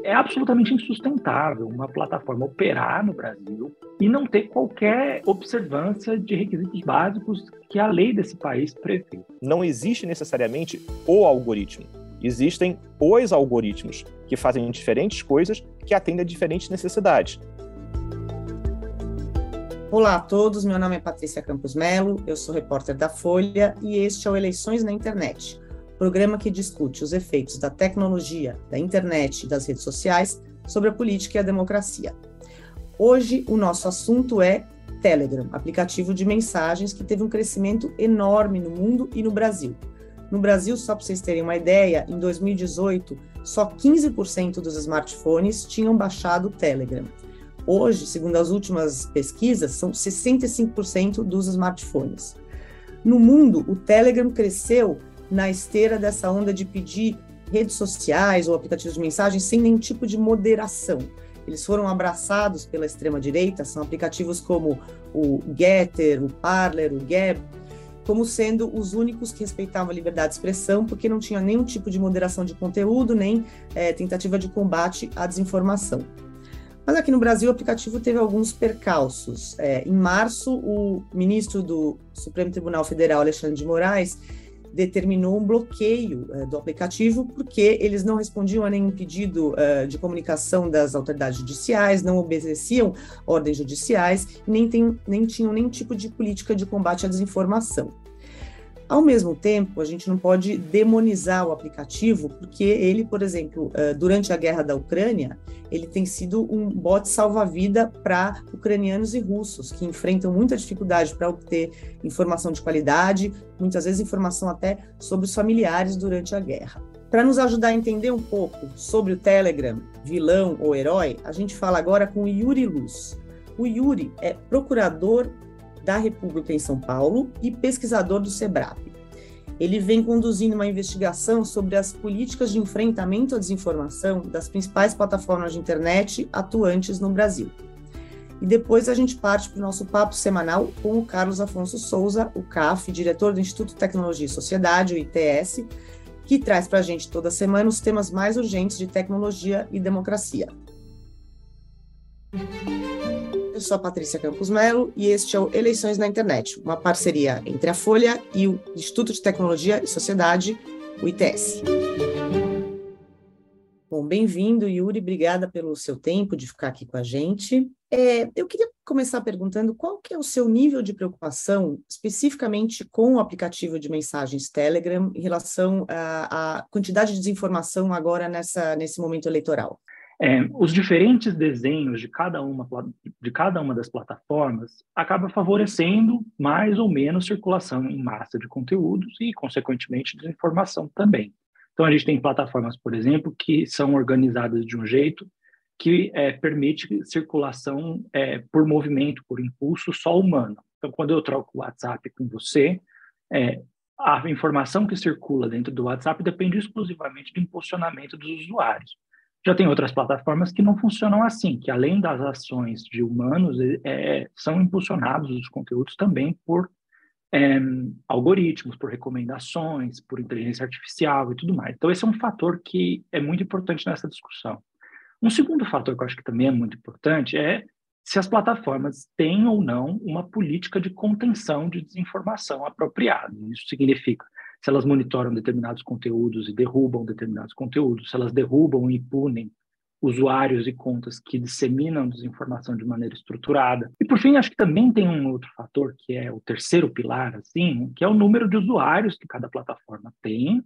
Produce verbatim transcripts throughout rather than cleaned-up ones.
É absolutamente insustentável uma plataforma operar no Brasil e não ter qualquer observância de requisitos básicos que a lei desse país prevê. Não existe necessariamente o algoritmo. Existem os algoritmos que fazem diferentes coisas que atendem a diferentes necessidades. Olá a todos, meu nome é Patrícia Campos Melo, eu sou repórter da Folha e este é o Eleições na Internet, programa que discute os efeitos da tecnologia, da internet e das redes sociais sobre a política e a democracia. Hoje o nosso assunto é Telegram, aplicativo de mensagens que teve um crescimento enorme no mundo e no Brasil. No Brasil, só para vocês terem uma ideia, em dois mil e dezoito, só quinze por cento dos smartphones tinham baixado o Telegram. Hoje, segundo as últimas pesquisas, são sessenta e cinco por cento dos smartphones. No mundo, o Telegram cresceu na esteira dessa onda de pedir redes sociais ou aplicativos de mensagem sem nenhum tipo de moderação. Eles foram abraçados pela extrema-direita, são aplicativos como o Getter, o Parler, o Gab, como sendo os únicos que respeitavam a liberdade de expressão, porque não tinha nenhum tipo de moderação de conteúdo, nem é, tentativa de combate à desinformação. Mas aqui no Brasil o aplicativo teve alguns percalços. É, em março, o ministro do Supremo Tribunal Federal, Alexandre de Moraes, determinou um bloqueio uh, do aplicativo porque eles não respondiam a nenhum pedido uh, de comunicação das autoridades judiciais, não obedeciam ordens judiciais, nem, tem, nem tinham nenhum tipo de política de combate à desinformação. Ao mesmo tempo, a gente não pode demonizar o aplicativo, porque ele, por exemplo, durante a guerra da Ucrânia, ele tem sido um bote salva-vida para ucranianos e russos, que enfrentam muita dificuldade para obter informação de qualidade, muitas vezes informação até sobre os familiares durante a guerra. Para nos ajudar a entender um pouco sobre o Telegram, vilão ou herói, a gente fala agora com o Yuri Luz. O Yuri é procurador da República em São Paulo e pesquisador do SEBRAP. Ele vem conduzindo uma investigação sobre as políticas de enfrentamento à desinformação das principais plataformas de internet atuantes no Brasil. E depois a gente parte para o nosso papo semanal com o Carlos Afonso Souza, o C A F, diretor do Instituto Tecnologia e Sociedade, o I T S, que traz para a gente toda semana os temas mais urgentes de tecnologia e democracia. Eu sou a Patrícia Campos Melo e este é o Eleições na Internet, uma parceria entre a Folha e o Instituto de Tecnologia e Sociedade, o I T S. Bom, bem-vindo, Yuri, obrigada pelo seu tempo de ficar aqui com a gente. É, eu queria começar perguntando qual que é o seu nível de preocupação, especificamente com o aplicativo de mensagens Telegram, em relação à, à quantidade de desinformação agora nessa, nesse momento eleitoral. É, os diferentes desenhos de cada, uma, de cada uma das plataformas acaba favorecendo mais ou menos circulação em massa de conteúdos e, consequentemente, desinformação também. Então, a gente tem plataformas, por exemplo, que são organizadas de um jeito que é, permite circulação é, por movimento, por impulso só humano. Então, quando eu troco o WhatsApp com você, é, a informação que circula dentro do WhatsApp depende exclusivamente do impulsionamento dos usuários. Já tem outras plataformas que não funcionam assim, que além das ações de humanos, é, são impulsionados os conteúdos também por é, algoritmos, por recomendações, por inteligência artificial e tudo mais. Então, esse é um fator que é muito importante nessa discussão. Um segundo fator que eu acho que também é muito importante é se as plataformas têm ou não uma política de contenção de desinformação apropriada. Isso significa se elas monitoram determinados conteúdos e derrubam determinados conteúdos, se elas derrubam e punem usuários e contas que disseminam desinformação de maneira estruturada. E, por fim, acho que também tem um outro fator, que é o terceiro pilar, assim, que é o número de usuários que cada plataforma tem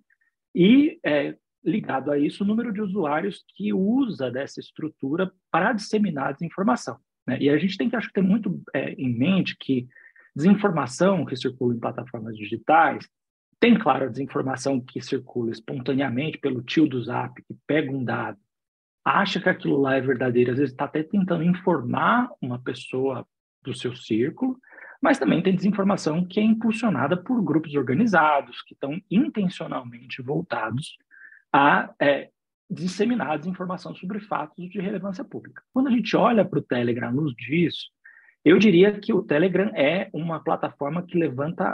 e, é, ligado a isso, o número de usuários que usa dessa estrutura para disseminar desinformação, né? E a gente tem que, acho que, ter muito é, em mente que desinformação que circula em plataformas digitais tem, claro, a desinformação que circula espontaneamente pelo tio do Zap, que pega um dado, acha que aquilo lá é verdadeiro, às vezes está até tentando informar uma pessoa do seu círculo, mas também tem desinformação que é impulsionada por grupos organizados, que estão intencionalmente voltados a é, disseminar desinformação sobre fatos de relevância pública. Quando a gente olha para o Telegram à luz disso, eu diria que o Telegram é uma plataforma que levanta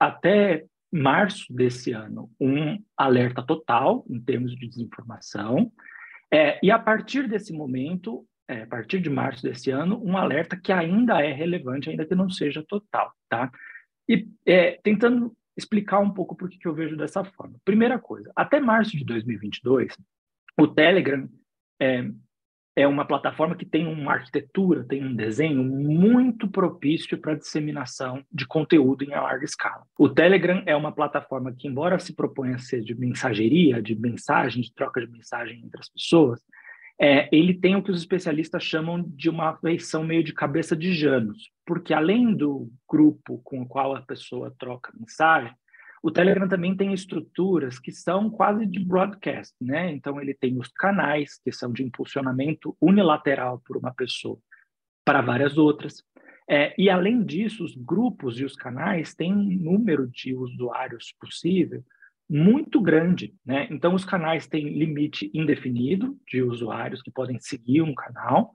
até março desse ano um alerta total em termos de desinformação. É, e a partir desse momento, é, a partir de março desse ano, um alerta que ainda é relevante, ainda que não seja total, tá? E é, tentando explicar um pouco por que que eu vejo dessa forma. Primeira coisa, até março de dois mil e vinte e dois, o Telegram é, é uma plataforma que tem uma arquitetura, tem um desenho muito propício para a disseminação de conteúdo em larga escala. O Telegram é uma plataforma que, embora se proponha a ser de mensageria, de mensagem, de troca de mensagem entre as pessoas, é, ele tem o que os especialistas chamam de uma feição meio de cabeça de Janus, porque além do grupo com o qual a pessoa troca mensagem, o Telegram também tem estruturas que são quase de broadcast, né? Então, ele tem os canais, que são de impulsionamento unilateral por uma pessoa para várias outras. É, e, além disso, os grupos e os canais têm um número de usuários possível muito grande, né? Então, os canais têm limite indefinido de usuários que podem seguir um canal,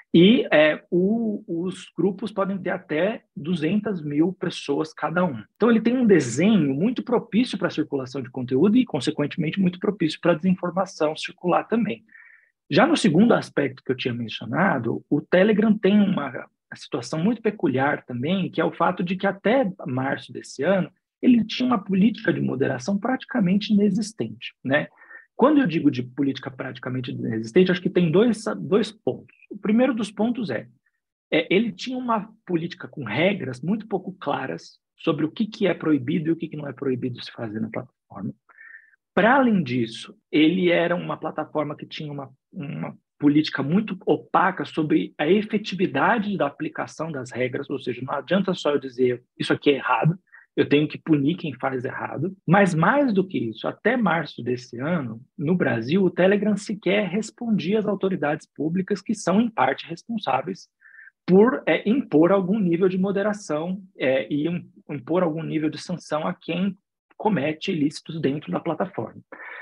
e é, o, os grupos podem ter até duzentas mil pessoas cada um. Então, ele tem um desenho muito propício para a circulação de conteúdo e, consequentemente, muito propício para a desinformação circular também. Já no segundo aspecto que eu tinha mencionado, o Telegram tem uma situação muito peculiar também, que é o fato de que até março desse ano, ele tinha uma política de moderação praticamente inexistente, né? Quando eu digo de política praticamente inexistente, acho que tem dois, dois pontos. O primeiro dos pontos é, é ele tinha uma política com regras muito pouco claras sobre o que, que é proibido e o que, que não é proibido se fazer na plataforma. Para além disso, ele era uma plataforma que tinha uma, uma política muito opaca sobre a efetividade da aplicação das regras, ou seja, não adianta só eu dizer isso aqui é errado, eu tenho que punir quem faz errado. Mas mais do que isso, até março desse ano, no Brasil, o Telegram sequer respondia às autoridades públicas que são, em parte, responsáveis por é, impor algum nível de moderação é, e um, impor algum nível de sanção a quem comete ilícitos dentro da plataforma.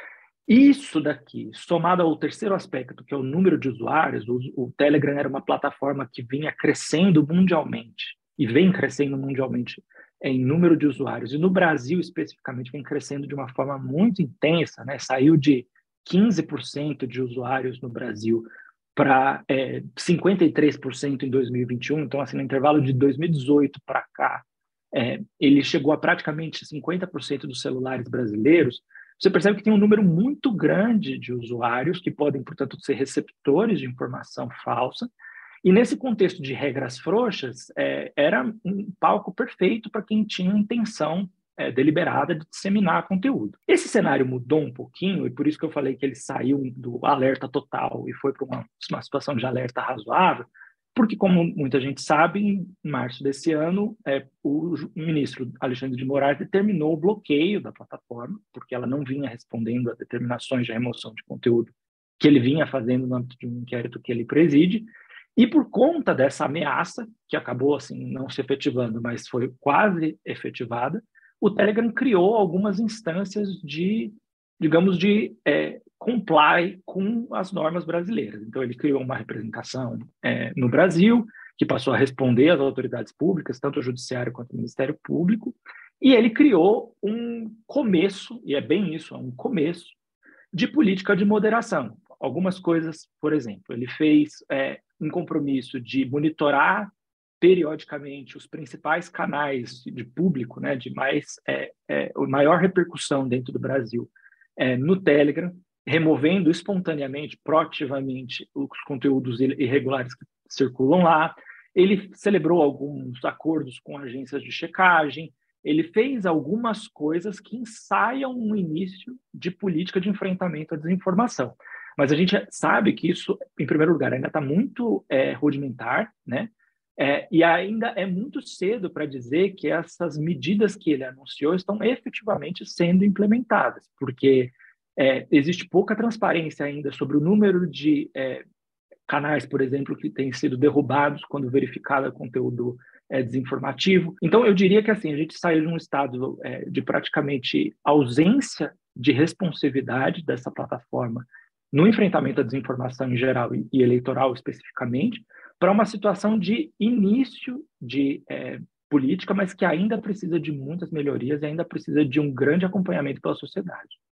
Isso daqui, somado ao terceiro aspecto, que é o número de usuários, o, o Telegram era uma plataforma que vinha crescendo mundialmente, e vem crescendo mundialmente em número de usuários, e no Brasil, especificamente, vem crescendo de uma forma muito intensa, né? Saiu de quinze por cento de usuários no Brasil para é, cinquenta e três por cento em dois mil e vinte e um, então, assim, no intervalo de dois mil e dezoito para cá, é, ele chegou a praticamente cinquenta por cento dos celulares brasileiros. Você percebe que tem um número muito grande de usuários que podem, portanto, ser receptores de informação falsa. E nesse contexto de regras frouxas, é, era um palco perfeito para quem tinha intenção é, deliberada de disseminar conteúdo. Esse cenário mudou um pouquinho, e por isso que eu falei que ele saiu do alerta total e foi para uma, uma situação de alerta razoável, porque, como muita gente sabe, em março desse ano, é, o ministro Alexandre de Moraes determinou o bloqueio da plataforma, porque ela não vinha respondendo a determinações de remoção de conteúdo que ele vinha fazendo no âmbito de um inquérito que ele preside. E por conta dessa ameaça, que acabou assim não se efetivando, mas foi quase efetivada, o Telegram criou algumas instâncias de, digamos, de é, comply com as normas brasileiras. Então, ele criou uma representação é, no Brasil, que passou a responder às autoridades públicas, tanto o Judiciário quanto o Ministério Público, e ele criou um começo, e é bem isso, é um começo, de política de moderação. Algumas coisas, por exemplo, ele fez é, um compromisso de monitorar periodicamente os principais canais de público, né, de mais, é, é, maior repercussão dentro do Brasil, é, no Telegram, removendo espontaneamente, proativamente, os conteúdos irregulares que circulam lá. Ele celebrou alguns acordos com agências de checagem, ele fez algumas coisas que ensaiam um início de política de enfrentamento à desinformação. Mas a gente sabe que isso, em primeiro lugar, ainda está muito é, rudimentar, né? É, e ainda é muito cedo para dizer que essas medidas que ele anunciou estão efetivamente sendo implementadas, porque é, existe pouca transparência ainda sobre o número de é, canais, por exemplo, que têm sido derrubados quando verificado conteúdo é, desinformativo. Então, eu diria que assim, a gente saiu de um estado é, de praticamente ausência de responsividade dessa plataforma no enfrentamento à desinformação em geral e, e eleitoral especificamente, para uma situação de início de é, política, mas que ainda precisa de muitas melhorias e ainda precisa de um grande acompanhamento pela sociedade.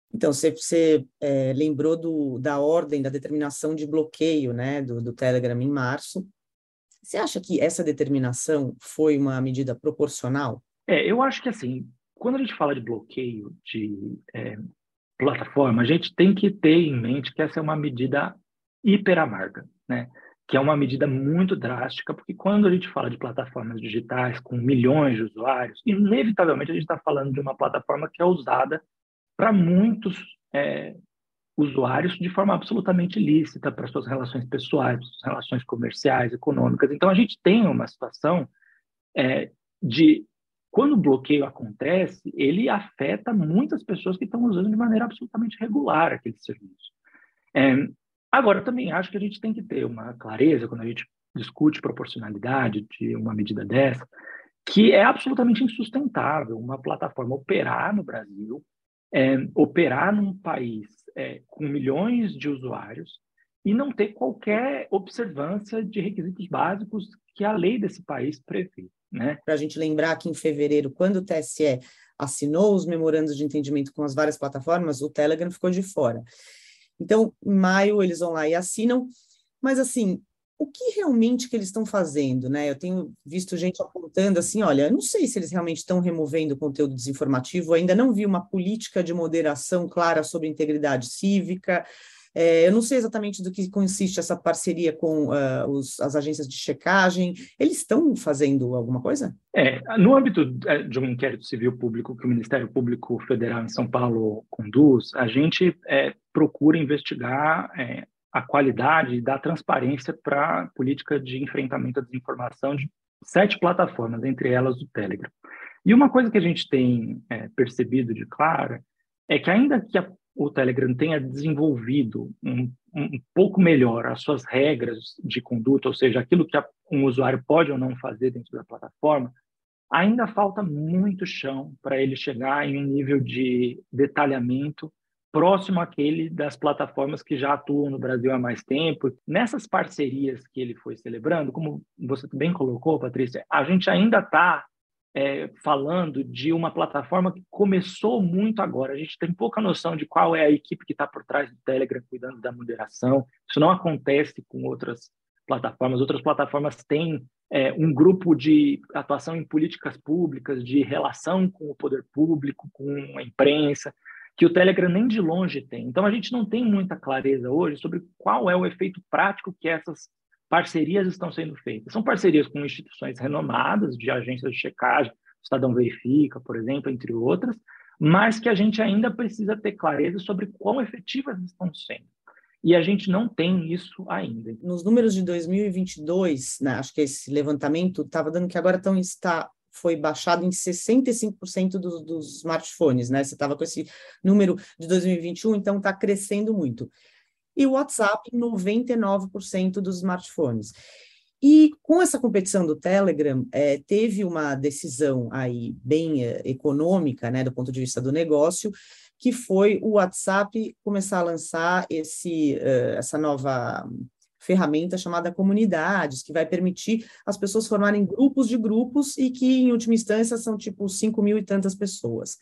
Então, você, você é, lembrou do, da ordem, da determinação de bloqueio, né, do, do Telegram em março. Você acha que essa determinação foi uma medida proporcional? É, eu acho que assim, quando a gente fala de bloqueio de é, plataforma, a gente tem que ter em mente que essa é uma medida hiper amarga, né? Que é uma medida muito drástica, porque quando a gente fala de plataformas digitais com milhões de usuários, inevitavelmente a gente está falando de uma plataforma que é usada para muitos é, usuários de forma absolutamente ilícita para suas relações pessoais, para suas relações comerciais, econômicas. Então, a gente tem uma situação é, de quando o bloqueio acontece, ele afeta muitas pessoas que estão usando de maneira absolutamente regular aquele serviço. É, agora, também acho que a gente tem que ter uma clareza quando a gente discute proporcionalidade de uma medida dessa, que é absolutamente insustentável uma plataforma operar no Brasil, é, operar num país é, com milhões de usuários e não ter qualquer observância de requisitos básicos que a lei desse país prevê, né? Para a gente lembrar que em fevereiro, quando o T S E assinou os memorandos de entendimento com as várias plataformas, o Telegram ficou de fora. Então, em maio, eles vão lá e assinam, mas assim, o que realmente que eles estão fazendo, né? Eu tenho visto gente apontando assim, olha, eu não sei se eles realmente estão removendo o conteúdo desinformativo, ainda não vi uma política de moderação clara sobre integridade cívica. É, eu não sei exatamente do que consiste essa parceria com uh, os, as agências de checagem. Eles estão fazendo alguma coisa? É, no âmbito de um inquérito civil público que o Ministério Público Federal em São Paulo conduz, a gente é, procura investigar é, a qualidade e dar transparência para a política de enfrentamento à desinformação de sete plataformas, entre elas o Telegram. E uma coisa que a gente tem é, percebido de clara é que ainda que a o Telegram tenha desenvolvido um, um pouco melhor as suas regras de conduta, ou seja, aquilo que a, um usuário pode ou não fazer dentro da plataforma, ainda falta muito chão para ele chegar em um nível de detalhamento próximo àquele das plataformas que já atuam no Brasil há mais tempo. Nessas parcerias que ele foi celebrando, como você bem colocou, Patrícia, a gente ainda está É, falando de uma plataforma que começou muito agora. A gente tem pouca noção de qual é a equipe que está por trás do Telegram cuidando da moderação. Isso não acontece com outras plataformas. Outras plataformas têm é, um grupo de atuação em políticas públicas, de relação com o poder público, com a imprensa, que o Telegram nem de longe tem. Então, a gente não tem muita clareza hoje sobre qual é o efeito prático que essas parcerias estão sendo feitas. São parcerias com instituições renomadas, de agências de checagem, o Estadão Verifica, por exemplo, entre outras, mas que a gente ainda precisa ter clareza sobre quão efetivas estão sendo. E a gente não tem isso ainda. Nos números de dois mil e vinte e dois, né, acho que esse levantamento estava dando que agora tão, está, foi baixado em sessenta e cinco por cento dos, dos smartphones, né? Você estava com esse número de dois mil e vinte e um, então está crescendo muito. E o WhatsApp em noventa e nove por cento dos smartphones. E com essa competição do Telegram, é, teve uma decisão aí bem é, econômica, né, do ponto de vista do negócio, que foi o WhatsApp começar a lançar esse, uh, essa nova ferramenta chamada Comunidades, que vai permitir as pessoas formarem grupos de grupos e que, em última instância, são tipo cinco mil e tantas pessoas.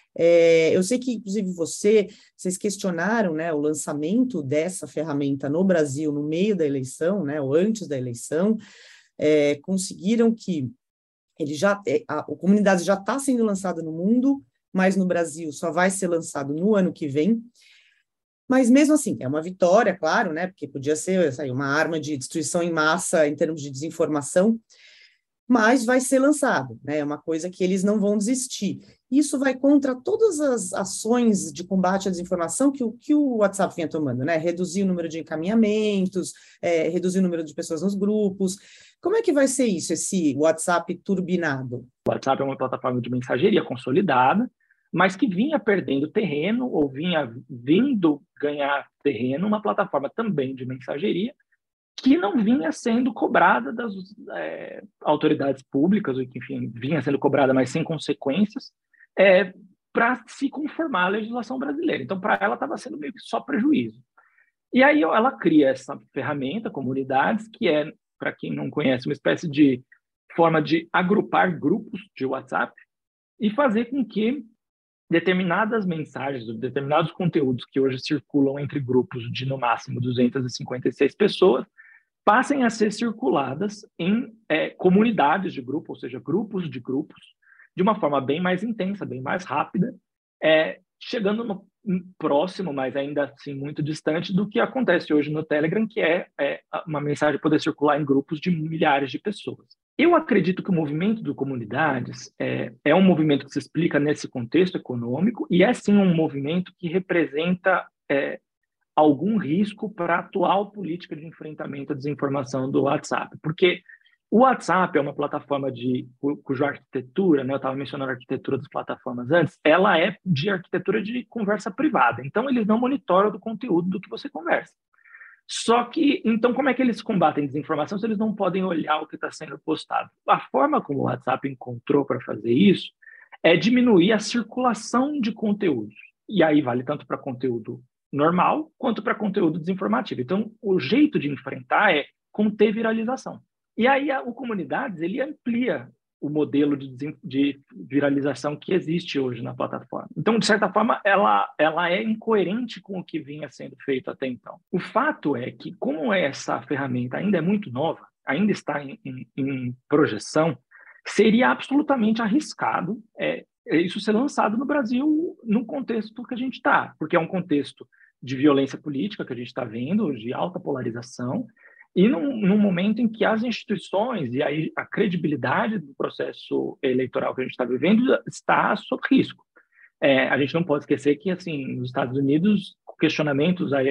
É, eu sei que, inclusive, você, vocês questionaram, né, o lançamento dessa ferramenta no Brasil no meio da eleição, né, ou antes da eleição, é, conseguiram que ele já, a, a Comunidades já está sendo lançada no mundo, mas no Brasil só vai ser lançado no ano que vem. Mas mesmo assim, é uma vitória, claro, né, porque podia ser sabe, uma arma de destruição em massa em termos de desinformação, mas vai ser lançado, né? É uma coisa que eles não vão desistir. Isso vai contra todas as ações de combate à desinformação que o, que o WhatsApp vinha tomando, né? Reduzir o número de encaminhamentos, é, reduzir o número de pessoas nos grupos. Como é que vai ser isso, esse WhatsApp turbinado? O WhatsApp é uma plataforma de mensageria consolidada, mas que vinha perdendo terreno, ou vinha vindo ganhar terreno, uma plataforma também de mensageria, que não vinha sendo cobrada das é, autoridades públicas, ou que, enfim, vinha sendo cobrada, mas sem consequências, é, para se conformar à legislação brasileira. Então, para ela, estava sendo meio que só prejuízo. E aí ela cria essa ferramenta, Comunidades, que é, para quem não conhece, uma espécie de forma de agrupar grupos de WhatsApp e fazer com que determinadas mensagens, determinados conteúdos que hoje circulam entre grupos de, no máximo, duzentas e cinquenta e seis pessoas, passem a ser circuladas em é, comunidades de grupo, ou seja, grupos de grupos, de uma forma bem mais intensa, bem mais rápida, é, chegando no próximo, mas ainda assim muito distante do que acontece hoje no Telegram, que é, é uma mensagem poder circular em grupos de milhares de pessoas. Eu acredito que o movimento de comunidades é, é um movimento que se explica nesse contexto econômico e é, sim, um movimento que representa é, algum risco para a atual política de enfrentamento à desinformação do WhatsApp, porque o WhatsApp é uma plataforma de, cuja arquitetura, né, eu estava mencionando a arquitetura das plataformas antes, ela é de arquitetura de conversa privada. Então, eles não monitoram o conteúdo do que você conversa. Só que, então, como é que eles combatem desinformação se eles não podem olhar o que está sendo postado? A forma como o WhatsApp encontrou para fazer isso é diminuir a circulação de conteúdos. E aí vale tanto para conteúdo normal quanto para conteúdo desinformativo. Então, o jeito de enfrentar é conter viralização. E aí a, o Comunidades ele amplia o modelo de, de viralização que existe hoje na plataforma. Então, de certa forma, ela, ela é incoerente com o que vinha sendo feito até então. O fato é que, como essa ferramenta ainda é muito nova, ainda está em, em, em projeção, seria absolutamente arriscado é, isso ser lançado no Brasil no contexto que a gente está, porque é um contexto de violência política que a gente está vendo, de alta polarização, e num, num momento em que as instituições e aí a credibilidade do processo eleitoral que a gente está vivendo está sob risco. É, a gente não pode esquecer que, assim, nos Estados Unidos, questionamentos à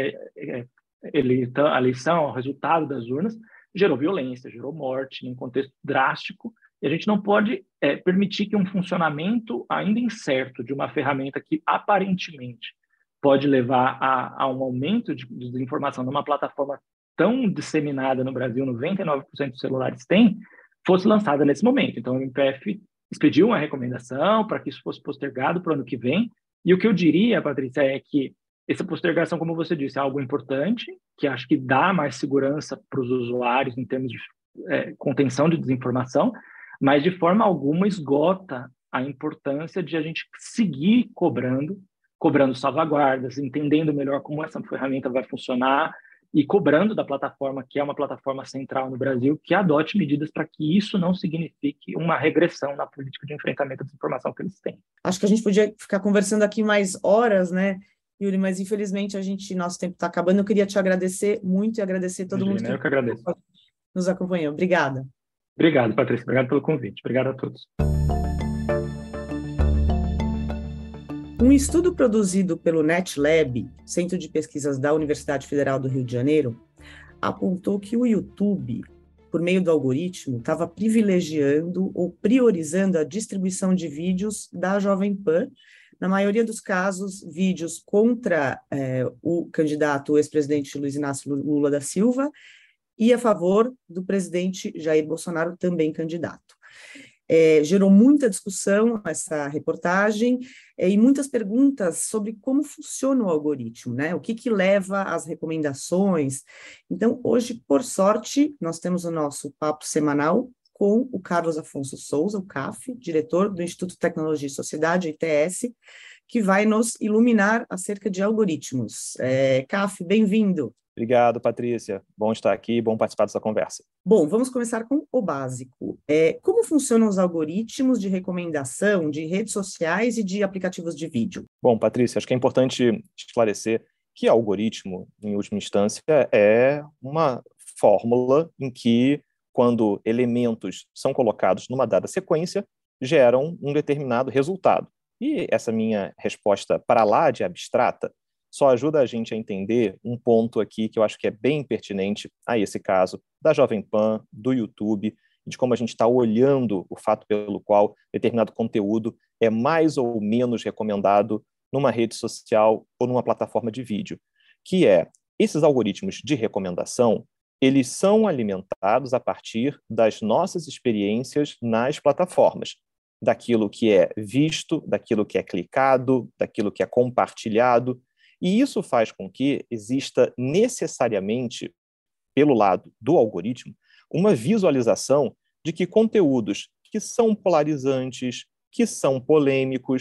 eleição, ao resultado das urnas, gerou violência, gerou morte, num contexto drástico, e a gente não pode é, permitir que um funcionamento ainda incerto de uma ferramenta que aparentemente pode levar a, a um aumento de, de desinformação numa plataforma tão disseminada no Brasil, noventa e nove por cento dos celulares têm, fosse lançada nesse momento. Então, o M P F expediu uma recomendação para que isso fosse postergado para o ano que vem. E o que eu diria, Patrícia, é que essa postergação, como você disse, é algo importante, que acho que dá mais segurança para os usuários em termos de é, contenção de desinformação, mas de forma alguma esgota a importância de a gente seguir cobrando, cobrando salvaguardas, entendendo melhor como essa ferramenta vai funcionar, e cobrando da plataforma, que é uma plataforma central no Brasil, que adote medidas para que isso não signifique uma regressão na política de enfrentamento à desinformação que eles têm. Acho que a gente podia ficar conversando aqui mais horas, né, Yuri, mas infelizmente a gente, nosso tempo está acabando. Eu queria te agradecer muito e agradecer todo Imagina, mundo que, eu que agradeço. nos acompanhou. Obrigada. Obrigado, Patrícia. Obrigado pelo convite. Obrigado a todos. Um estudo produzido pelo NetLab, Centro de Pesquisas da Universidade Federal do Rio de Janeiro, apontou que o YouTube, por meio do algoritmo, estava privilegiando ou priorizando a distribuição de vídeos da Jovem Pan, na maioria dos casos, vídeos contra eh, o candidato, o ex-presidente Luiz Inácio Lula da Silva, e a favor do presidente Jair Bolsonaro, também candidato. É, gerou muita discussão essa reportagem é, e muitas perguntas sobre como funciona o algoritmo, né? O que que leva às recomendações. Então, hoje, por sorte, nós temos o nosso papo semanal com o Carlos Afonso Souza, o C A F, diretor do Instituto de Tecnologia e Sociedade, I T S, que vai nos iluminar acerca de algoritmos. É, C A F, bem-vindo. Obrigado, Patrícia. Bom estar aqui, bom participar dessa conversa. Bom, vamos começar com o básico. É, como funcionam os algoritmos de recomendação de redes sociais e de aplicativos de vídeo? Bom, Patrícia, acho que é importante esclarecer que algoritmo, em última instância, é uma fórmula em que, quando elementos são colocados numa dada sequência, geram um determinado resultado. E essa minha resposta para lá de abstrata só ajuda a gente a entender um ponto aqui que eu acho que é bem pertinente a esse caso da Jovem Pan, do YouTube, de como a gente está olhando o fato pelo qual determinado conteúdo é mais ou menos recomendado numa rede social ou numa plataforma de vídeo, que é, esses algoritmos de recomendação, eles são alimentados a partir das nossas experiências nas plataformas, daquilo que é visto, daquilo que é clicado, daquilo que é compartilhado. E isso faz com que exista necessariamente, pelo lado do algoritmo, uma visualização de que conteúdos que são polarizantes, que são polêmicos,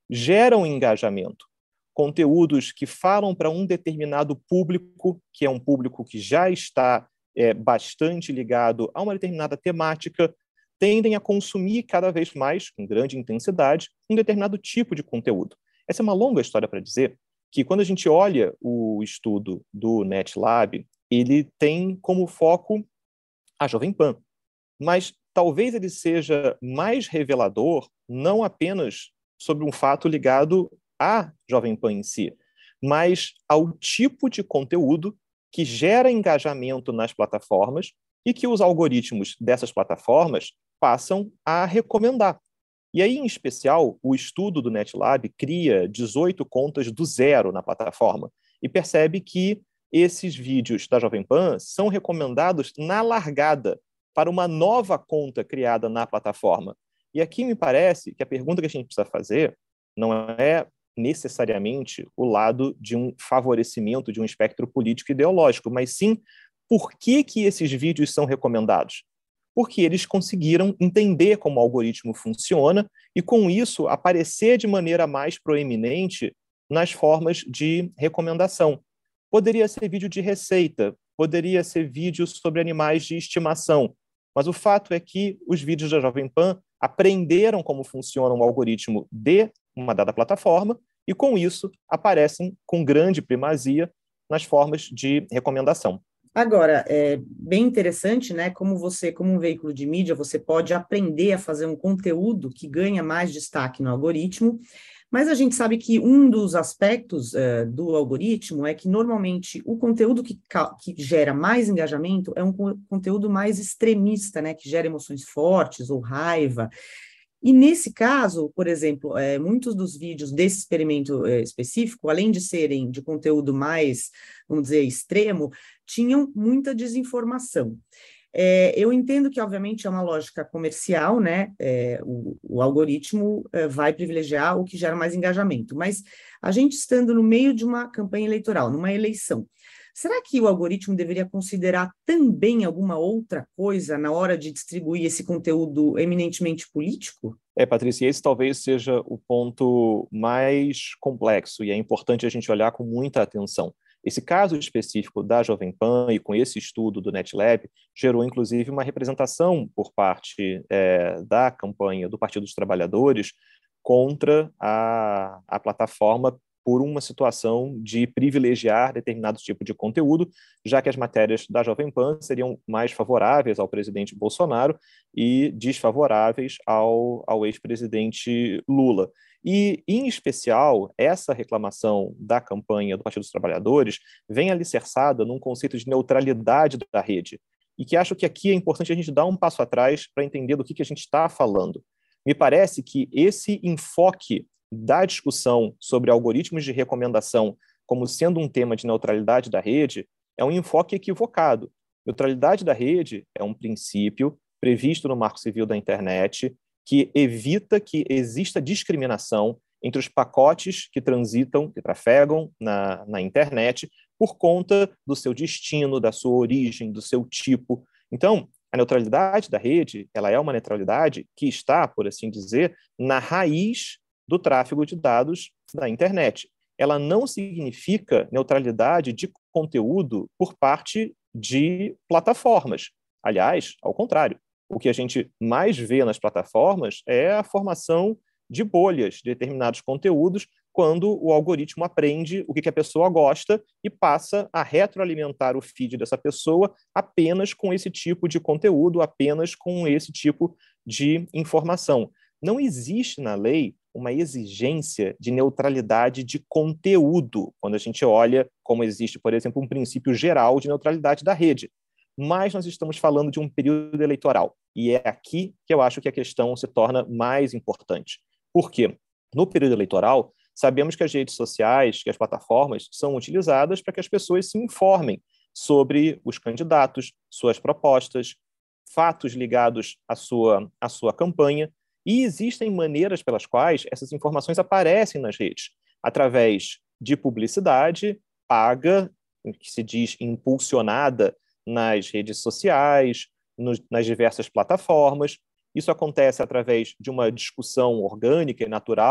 geram engajamento. Conteúdos que falam para um determinado público, que é um público que já está é, bastante ligado a uma determinada temática, tendem a consumir cada vez mais, com grande intensidade, um determinado tipo de conteúdo. Essa é uma longa história para dizer que, quando a gente olha o estudo do NetLab, ele tem como foco a Jovem Pan, mas talvez ele seja mais revelador não apenas sobre um fato ligado à Jovem Pan em si, mas ao tipo de conteúdo que gera engajamento nas plataformas e que os algoritmos dessas plataformas passam a recomendar. E aí, em especial, o estudo do NetLab cria dezoito contas do zero na plataforma e percebe que esses vídeos da Jovem Pan são recomendados na largada para uma nova conta criada na plataforma. E aqui me parece que a pergunta que a gente precisa fazer não é necessariamente o lado de um favorecimento de um espectro político ideológico, mas sim por que que esses vídeos são recomendados. Porque eles conseguiram entender como o algoritmo funciona e, com isso, aparecer de maneira mais proeminente nas formas de recomendação. Poderia ser vídeo de receita, poderia ser vídeo sobre animais de estimação, mas o fato é que os vídeos da Jovem Pan aprenderam como funciona o algoritmo de uma dada plataforma e, com isso, aparecem com grande primazia nas formas de recomendação. Agora, é bem interessante, né, como você, como um veículo de mídia, você pode aprender a fazer um conteúdo que ganha mais destaque no algoritmo, mas a gente sabe que um dos aspectos uh, do algoritmo é que, normalmente, o conteúdo que, que gera mais engajamento é um conteúdo mais extremista, né, que gera emoções fortes ou raiva. E, nesse caso, por exemplo, é, muitos dos vídeos desse experimento é, específico, além de serem de conteúdo mais, vamos dizer, extremo, tinham muita desinformação. É, eu entendo que, obviamente, é uma lógica comercial, né? É, o, o algoritmo é, vai privilegiar o que gera mais engajamento, mas a gente estando no meio de uma campanha eleitoral, numa eleição, será que o algoritmo deveria considerar também alguma outra coisa na hora de distribuir esse conteúdo eminentemente político? É, Patrícia, esse talvez seja o ponto mais complexo e é importante a gente olhar com muita atenção. Esse caso específico da Jovem Pan e com esse estudo do NetLab gerou, inclusive, uma representação por parte é, da campanha do Partido dos Trabalhadores contra a, a plataforma por uma situação de privilegiar determinado tipo de conteúdo, já que as matérias da Jovem Pan seriam mais favoráveis ao presidente Bolsonaro e desfavoráveis ao, ao ex-presidente Lula. E, em especial, essa reclamação da campanha do Partido dos Trabalhadores vem alicerçada num conceito de neutralidade da rede, e que acho que aqui é importante a gente dar um passo atrás para entender do que, que a gente está falando. Me parece que esse enfoque da discussão sobre algoritmos de recomendação como sendo um tema de neutralidade da rede é um enfoque equivocado. Neutralidade da rede é um princípio previsto no Marco Civil da Internet que evita que exista discriminação entre os pacotes que transitam, que trafegam na, na internet por conta do seu destino, da sua origem, do seu tipo. Então, a neutralidade da rede, ela é uma neutralidade que está, por assim dizer, na raiz do tráfego de dados da internet. Ela não significa neutralidade de conteúdo por parte de plataformas. Aliás, ao contrário, o que a gente mais vê nas plataformas é a formação de bolhas de determinados conteúdos quando o algoritmo aprende o que a pessoa gosta e passa a retroalimentar o feed dessa pessoa apenas com esse tipo de conteúdo, apenas com esse tipo de informação. Não existe na lei uma exigência de neutralidade de conteúdo, quando a gente olha como existe, por exemplo, um princípio geral de neutralidade da rede. Mas nós estamos falando de um período eleitoral, e é aqui que eu acho que a questão se torna mais importante. Por quê? No período eleitoral, sabemos que as redes sociais, que as plataformas são utilizadas para que as pessoas se informem sobre os candidatos, suas propostas, fatos ligados à sua, à sua campanha, e existem maneiras pelas quais essas informações aparecem nas redes, através de publicidade paga, que se diz impulsionada nas redes sociais, nos, nas diversas plataformas. Isso acontece através de uma discussão orgânica e natural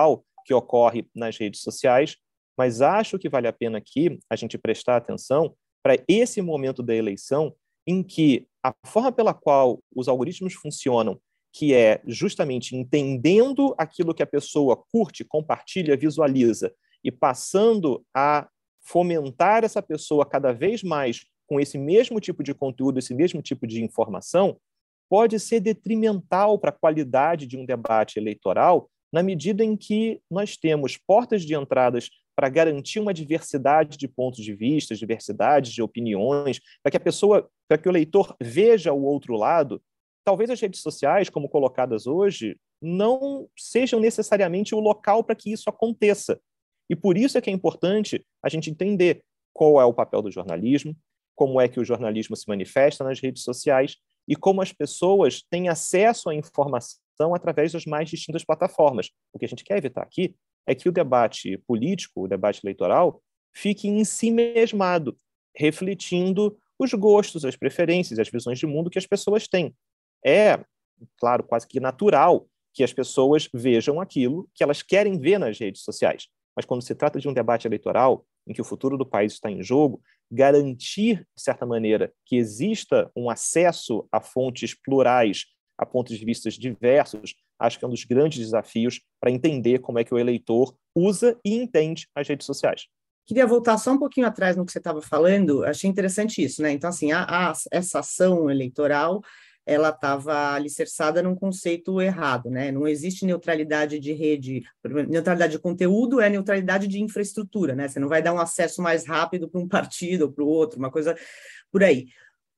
que ocorre nas redes sociais, mas acho que vale a pena aqui a gente prestar atenção para esse momento da eleição em que a forma pela qual os algoritmos funcionam, que é justamente entendendo aquilo que a pessoa curte, compartilha, visualiza e passando a fomentar essa pessoa cada vez mais com esse mesmo tipo de conteúdo, esse mesmo tipo de informação, pode ser detrimental para a qualidade de um debate eleitoral, na medida em que nós temos portas de entradas para garantir uma diversidade de pontos de vista, diversidade de opiniões, para que a pessoa, para que o leitor veja o outro lado. Talvez as redes sociais, como colocadas hoje, não sejam necessariamente o local para que isso aconteça. E por isso é que é importante a gente entender qual é o papel do jornalismo, como é que o jornalismo se manifesta nas redes sociais e como as pessoas têm acesso à informação através das mais distintas plataformas. O que a gente quer evitar aqui é que o debate político, o debate eleitoral, fique em si mesmado, refletindo os gostos, as preferências, as visões de mundo que as pessoas têm. É, claro, quase que natural que as pessoas vejam aquilo que elas querem ver nas redes sociais. Mas quando se trata de um debate eleitoral, em que o futuro do país está em jogo, garantir, de certa maneira, que exista um acesso a fontes plurais, a pontos de vista diversos, acho que é um dos grandes desafios para entender como é que o eleitor usa e entende as redes sociais. Queria voltar só um pouquinho atrás no que você estava falando, achei interessante isso, né? Então, assim, a, a, essa ação eleitoral, ela estava alicerçada num conceito errado, né? Não existe neutralidade de rede, neutralidade de conteúdo é neutralidade de infraestrutura, né? Você não vai dar um acesso mais rápido para um partido ou para o outro, uma coisa por aí.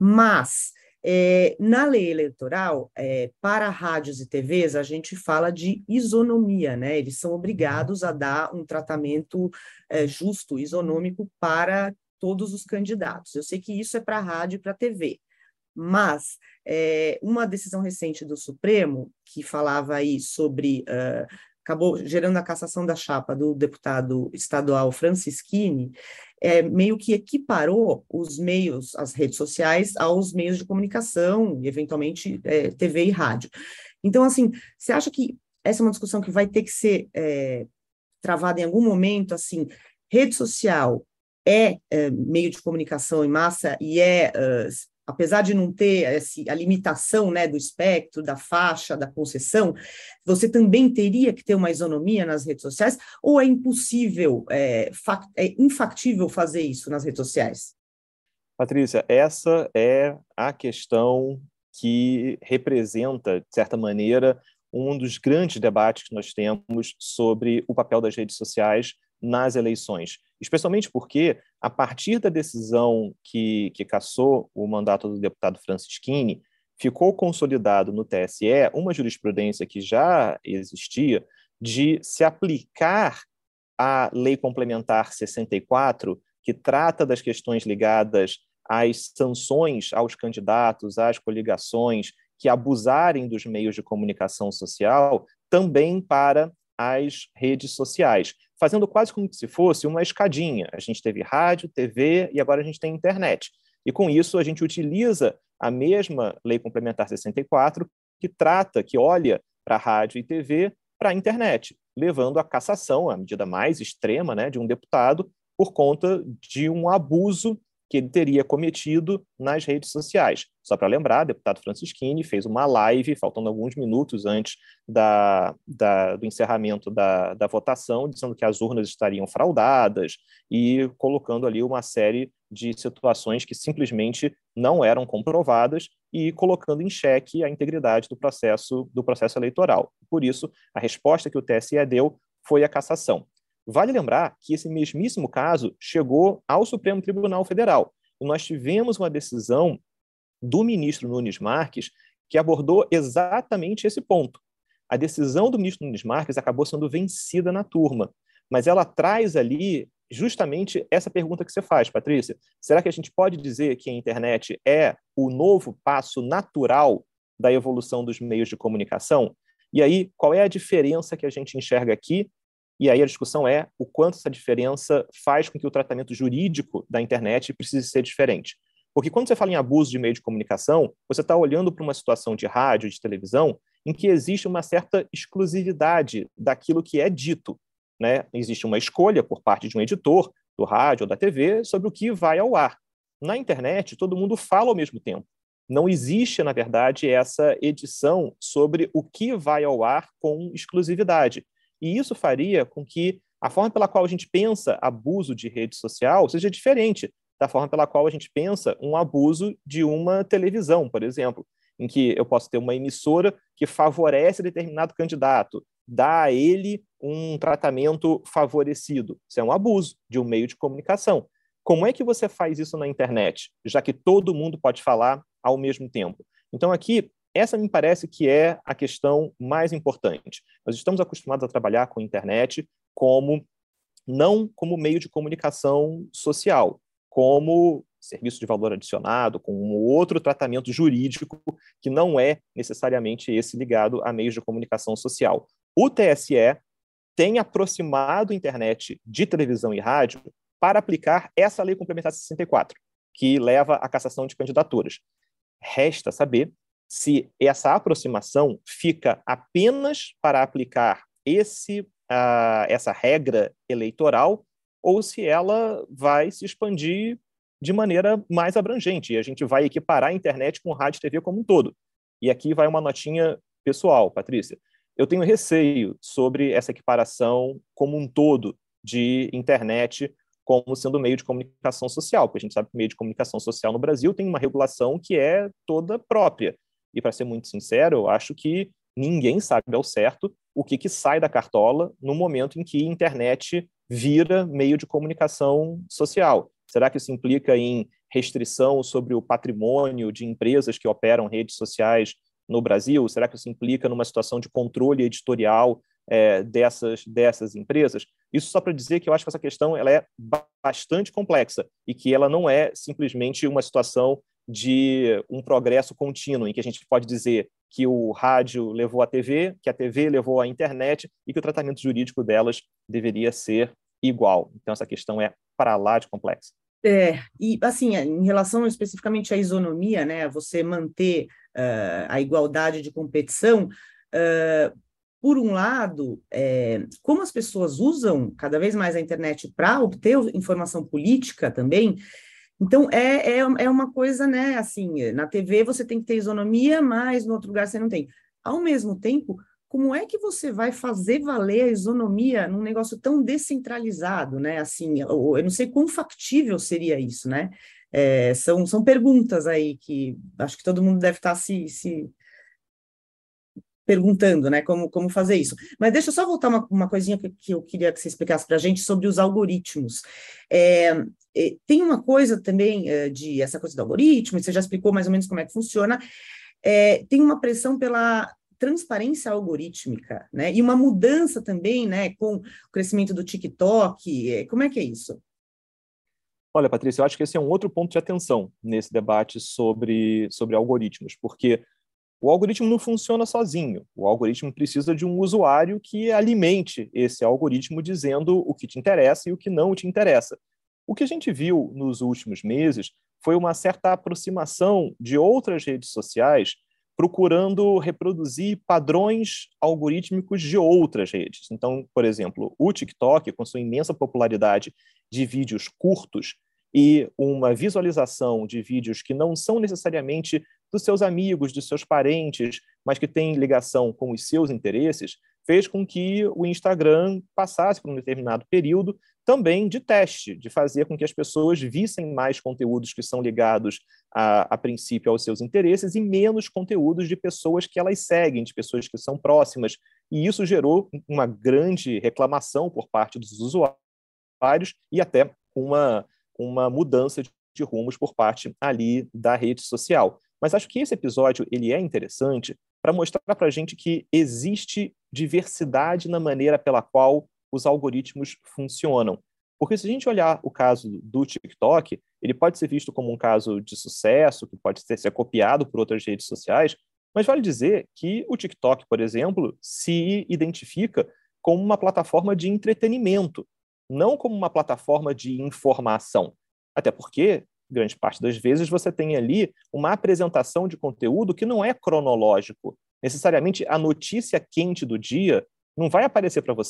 Mas, é, na lei eleitoral, é, para rádios e T Vs, a gente fala de isonomia, né? Eles são obrigados a dar um tratamento é, justo, isonômico para todos os candidatos. Eu sei que isso é para rádio e para T V. Mas é, uma decisão recente do Supremo, que falava aí sobre, uh, acabou gerando a cassação da chapa do deputado estadual Francischini, é, meio que equiparou os meios, as redes sociais, aos meios de comunicação, e eventualmente é, T V e rádio. Então, assim, você acha que essa é uma discussão que vai ter que ser é, travada em algum momento, assim, rede social é, é meio de comunicação em massa e é... Uh, apesar de não ter esse, a limitação, né, do espectro, da faixa, da concessão, você também teria que ter uma isonomia nas redes sociais, ou é impossível, é, fact, é infactível fazer isso nas redes sociais? Patrícia, essa é a questão que representa, de certa maneira, um dos grandes debates que nós temos sobre o papel das redes sociais nas eleições, especialmente porque, a partir da decisão que, que cassou o mandato do deputado Francischini, ficou consolidado no T S E uma jurisprudência que já existia de se aplicar a Lei Complementar sessenta e quatro, que trata das questões ligadas às sanções aos candidatos, às coligações que abusarem dos meios de comunicação social, também para as redes sociais, fazendo quase como se fosse uma escadinha. A gente teve rádio, T V e agora a gente tem internet. E com isso a gente utiliza a mesma Lei Complementar sessenta e quatro, que trata, que olha para rádio e T V, para a internet, levando à cassação, a medida mais extrema, né, de um deputado, por conta de um abuso que ele teria cometido nas redes sociais. Só para lembrar, o deputado Francischini fez uma live, faltando alguns minutos antes da, da, do encerramento da, da votação, dizendo que as urnas estariam fraudadas e colocando ali uma série de situações que simplesmente não eram comprovadas e colocando em xeque a integridade do processo, do processo eleitoral. Por isso, a resposta que o T S E deu foi a cassação. Vale lembrar que esse mesmíssimo caso chegou ao Supremo Tribunal Federal. E nós tivemos uma decisão do ministro Nunes Marques que abordou exatamente esse ponto. A decisão do ministro Nunes Marques acabou sendo vencida na turma, mas ela traz ali justamente essa pergunta que você faz, Patrícia. Será que a gente pode dizer que a internet é o novo passo natural da evolução dos meios de comunicação? E aí, qual é a diferença que a gente enxerga aqui? E aí a discussão é o quanto essa diferença faz com que o tratamento jurídico da internet precise ser diferente. Porque quando você fala em abuso de meio de comunicação, você está olhando para uma situação de rádio, de televisão, em que existe uma certa exclusividade daquilo que é dito. né, existe uma escolha por parte de um editor, do rádio ou da T V, sobre o que vai ao ar. Na internet, todo mundo fala ao mesmo tempo. Não existe, na verdade, essa edição sobre o que vai ao ar com exclusividade. E isso faria com que a forma pela qual a gente pensa abuso de rede social seja diferente da forma pela qual a gente pensa um abuso de uma televisão, por exemplo, em que eu posso ter uma emissora que favorece determinado candidato, dá a ele um tratamento favorecido. Isso é um abuso de um meio de comunicação. Como é que você faz isso na internet, já que todo mundo pode falar ao mesmo tempo? Então, aqui, essa me parece que é a questão mais importante. Nós estamos acostumados a trabalhar com a internet como, não como meio de comunicação social, como serviço de valor adicionado, com um outro tratamento jurídico que não é necessariamente esse ligado a meios de comunicação social. O T S E tem aproximado a internet de televisão e rádio para aplicar essa Lei Complementar sessenta e quatro, que leva à cassação de candidaturas. Resta saber se essa aproximação fica apenas para aplicar esse, uh, essa regra eleitoral ou se ela vai se expandir de maneira mais abrangente, e a gente vai equiparar a internet com rádio e T V como um todo. E aqui vai uma notinha pessoal, Patrícia. Eu tenho receio sobre essa equiparação como um todo de internet como sendo meio de comunicação social, porque a gente sabe que o meio de comunicação social no Brasil tem uma regulação que é toda própria. E, para ser muito sincero, eu acho que ninguém sabe ao certo o que, que sai da cartola no momento em que a internet vira meio de comunicação social. Será que isso implica em restrição sobre o patrimônio de empresas que operam redes sociais no Brasil? Será que isso implica numa situação de controle editorial é, dessas, dessas empresas? Isso só para dizer que eu acho que essa questão ela é bastante complexa e que ela não é simplesmente uma situação de um progresso contínuo, em que a gente pode dizer que o rádio levou à T V, que a T V levou à internet e que o tratamento jurídico delas deveria ser igual. Então, essa questão é para lá de complexa. É, e assim, em relação especificamente à isonomia, né, você manter uh, a igualdade de competição, uh, por um lado, é, como as pessoas usam cada vez mais a internet para obter informação política também, então é, é, é uma coisa, né, assim, na T V você tem que ter isonomia, mas no outro lugar você não tem. Ao mesmo tempo, como é que você vai fazer valer a isonomia num negócio tão descentralizado, né? Assim, eu, eu não sei quão factível seria isso, né? É, são, são perguntas aí que acho que todo mundo deve estar se, se perguntando, né? Como, como fazer isso. Mas deixa eu só voltar uma, uma coisinha que, que eu queria que você explicasse para a gente sobre os algoritmos. É, é, tem uma coisa também é, de essa coisa do algoritmo, você já explicou mais ou menos como é que funciona. É, tem uma pressão pela transparência algorítmica, né? E uma mudança também, né, com o crescimento do TikTok. Como é que é isso? Olha, Patrícia, eu acho que esse é um outro ponto de atenção nesse debate sobre, sobre algoritmos, porque o algoritmo não funciona sozinho. O algoritmo precisa de um usuário que alimente esse algoritmo dizendo o que te interessa e o que não te interessa. O que a gente viu nos últimos meses foi uma certa aproximação de outras redes sociais procurando reproduzir padrões algorítmicos de outras redes. Então, por exemplo, o TikTok, com sua imensa popularidade de vídeos curtos e uma visualização de vídeos que não são necessariamente dos seus amigos, dos seus parentes, mas que têm ligação com os seus interesses, fez com que o Instagram passasse por um determinado período também de teste, de fazer com que as pessoas vissem mais conteúdos que são ligados, a, a princípio, aos seus interesses e menos conteúdos de pessoas que elas seguem, de pessoas que são próximas. E isso gerou uma grande reclamação por parte dos usuários e até uma, uma mudança de, de rumos por parte ali da rede social. Mas acho que esse episódio ele é interessante para mostrar para a gente que existe diversidade na maneira pela qual os algoritmos funcionam. Porque se a gente olhar o caso do TikTok, ele pode ser visto como um caso de sucesso, que pode ser, ser copiado por outras redes sociais, mas vale dizer que o TikTok, por exemplo, se identifica como uma plataforma de entretenimento, não como uma plataforma de informação. Até porque, grande parte das vezes, você tem ali uma apresentação de conteúdo que não é cronológico. Necessariamente, a notícia quente do dia não vai aparecer para você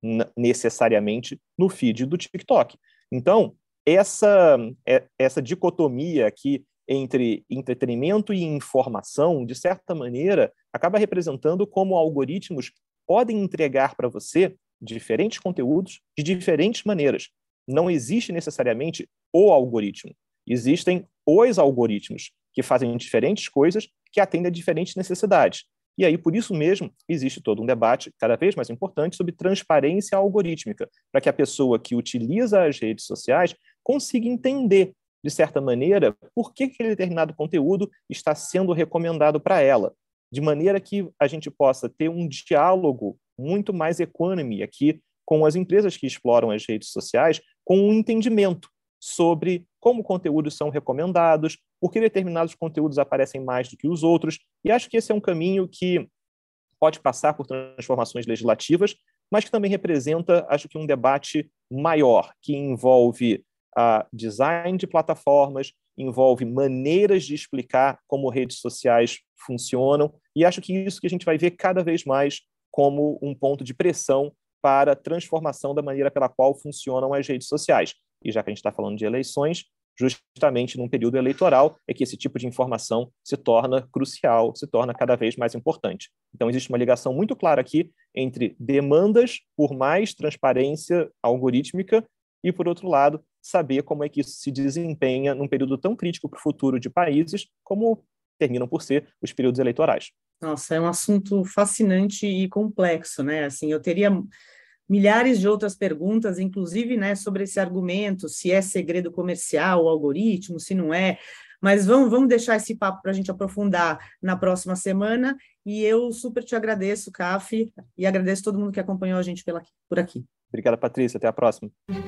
necessariamente no feed do TikTok. Então, essa, essa dicotomia aqui entre entretenimento e informação, de certa maneira, acaba representando como algoritmos podem entregar para você diferentes conteúdos de diferentes maneiras. Não existe necessariamente o algoritmo. Existem os algoritmos que fazem diferentes coisas que atendem a diferentes necessidades. E aí, por isso mesmo, existe todo um debate cada vez mais importante sobre transparência algorítmica, para que a pessoa que utiliza as redes sociais consiga entender, de certa maneira, por que aquele determinado conteúdo está sendo recomendado para ela, de maneira que a gente possa ter um diálogo muito mais equânime aqui com as empresas que exploram as redes sociais, com um entendimento sobre como conteúdos são recomendados, por que determinados conteúdos aparecem mais do que os outros, e acho que esse é um caminho que pode passar por transformações legislativas, mas que também representa, acho que, um debate maior, que envolve uh, design de plataformas, envolve maneiras de explicar como redes sociais funcionam, e acho que isso que a gente vai ver cada vez mais como um ponto de pressão para a transformação da maneira pela qual funcionam as redes sociais. E já que a gente está falando de eleições, justamente num período eleitoral é que esse tipo de informação se torna crucial, se torna cada vez mais importante. Então, existe uma ligação muito clara aqui entre demandas por mais transparência algorítmica e, por outro lado, saber como é que isso se desempenha num período tão crítico para o futuro de países como terminam por ser os períodos eleitorais. Nossa, é um assunto fascinante e complexo, né? Assim, eu teria milhares de outras perguntas, inclusive, né, sobre esse argumento, se é segredo comercial o algoritmo, se não é, mas vamos, vamos deixar esse papo para a gente aprofundar na próxima semana, e eu super te agradeço, Caf, e agradeço todo mundo que acompanhou a gente pela, por aqui. Obrigada, Patrícia, até a próxima.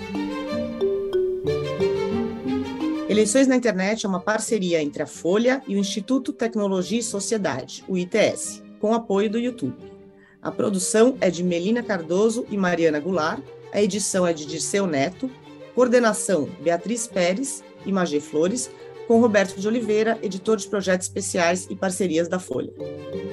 Eleições na Internet é uma parceria entre a Folha e o Instituto Tecnologia e Sociedade, o I T S, com apoio do YouTube. A produção é de Melina Cardoso e Mariana Goulart, a edição é de Dirceu Neto, coordenação Beatriz Pérez e Magê Flores, com Roberto de Oliveira, editor de projetos especiais e parcerias da Folha.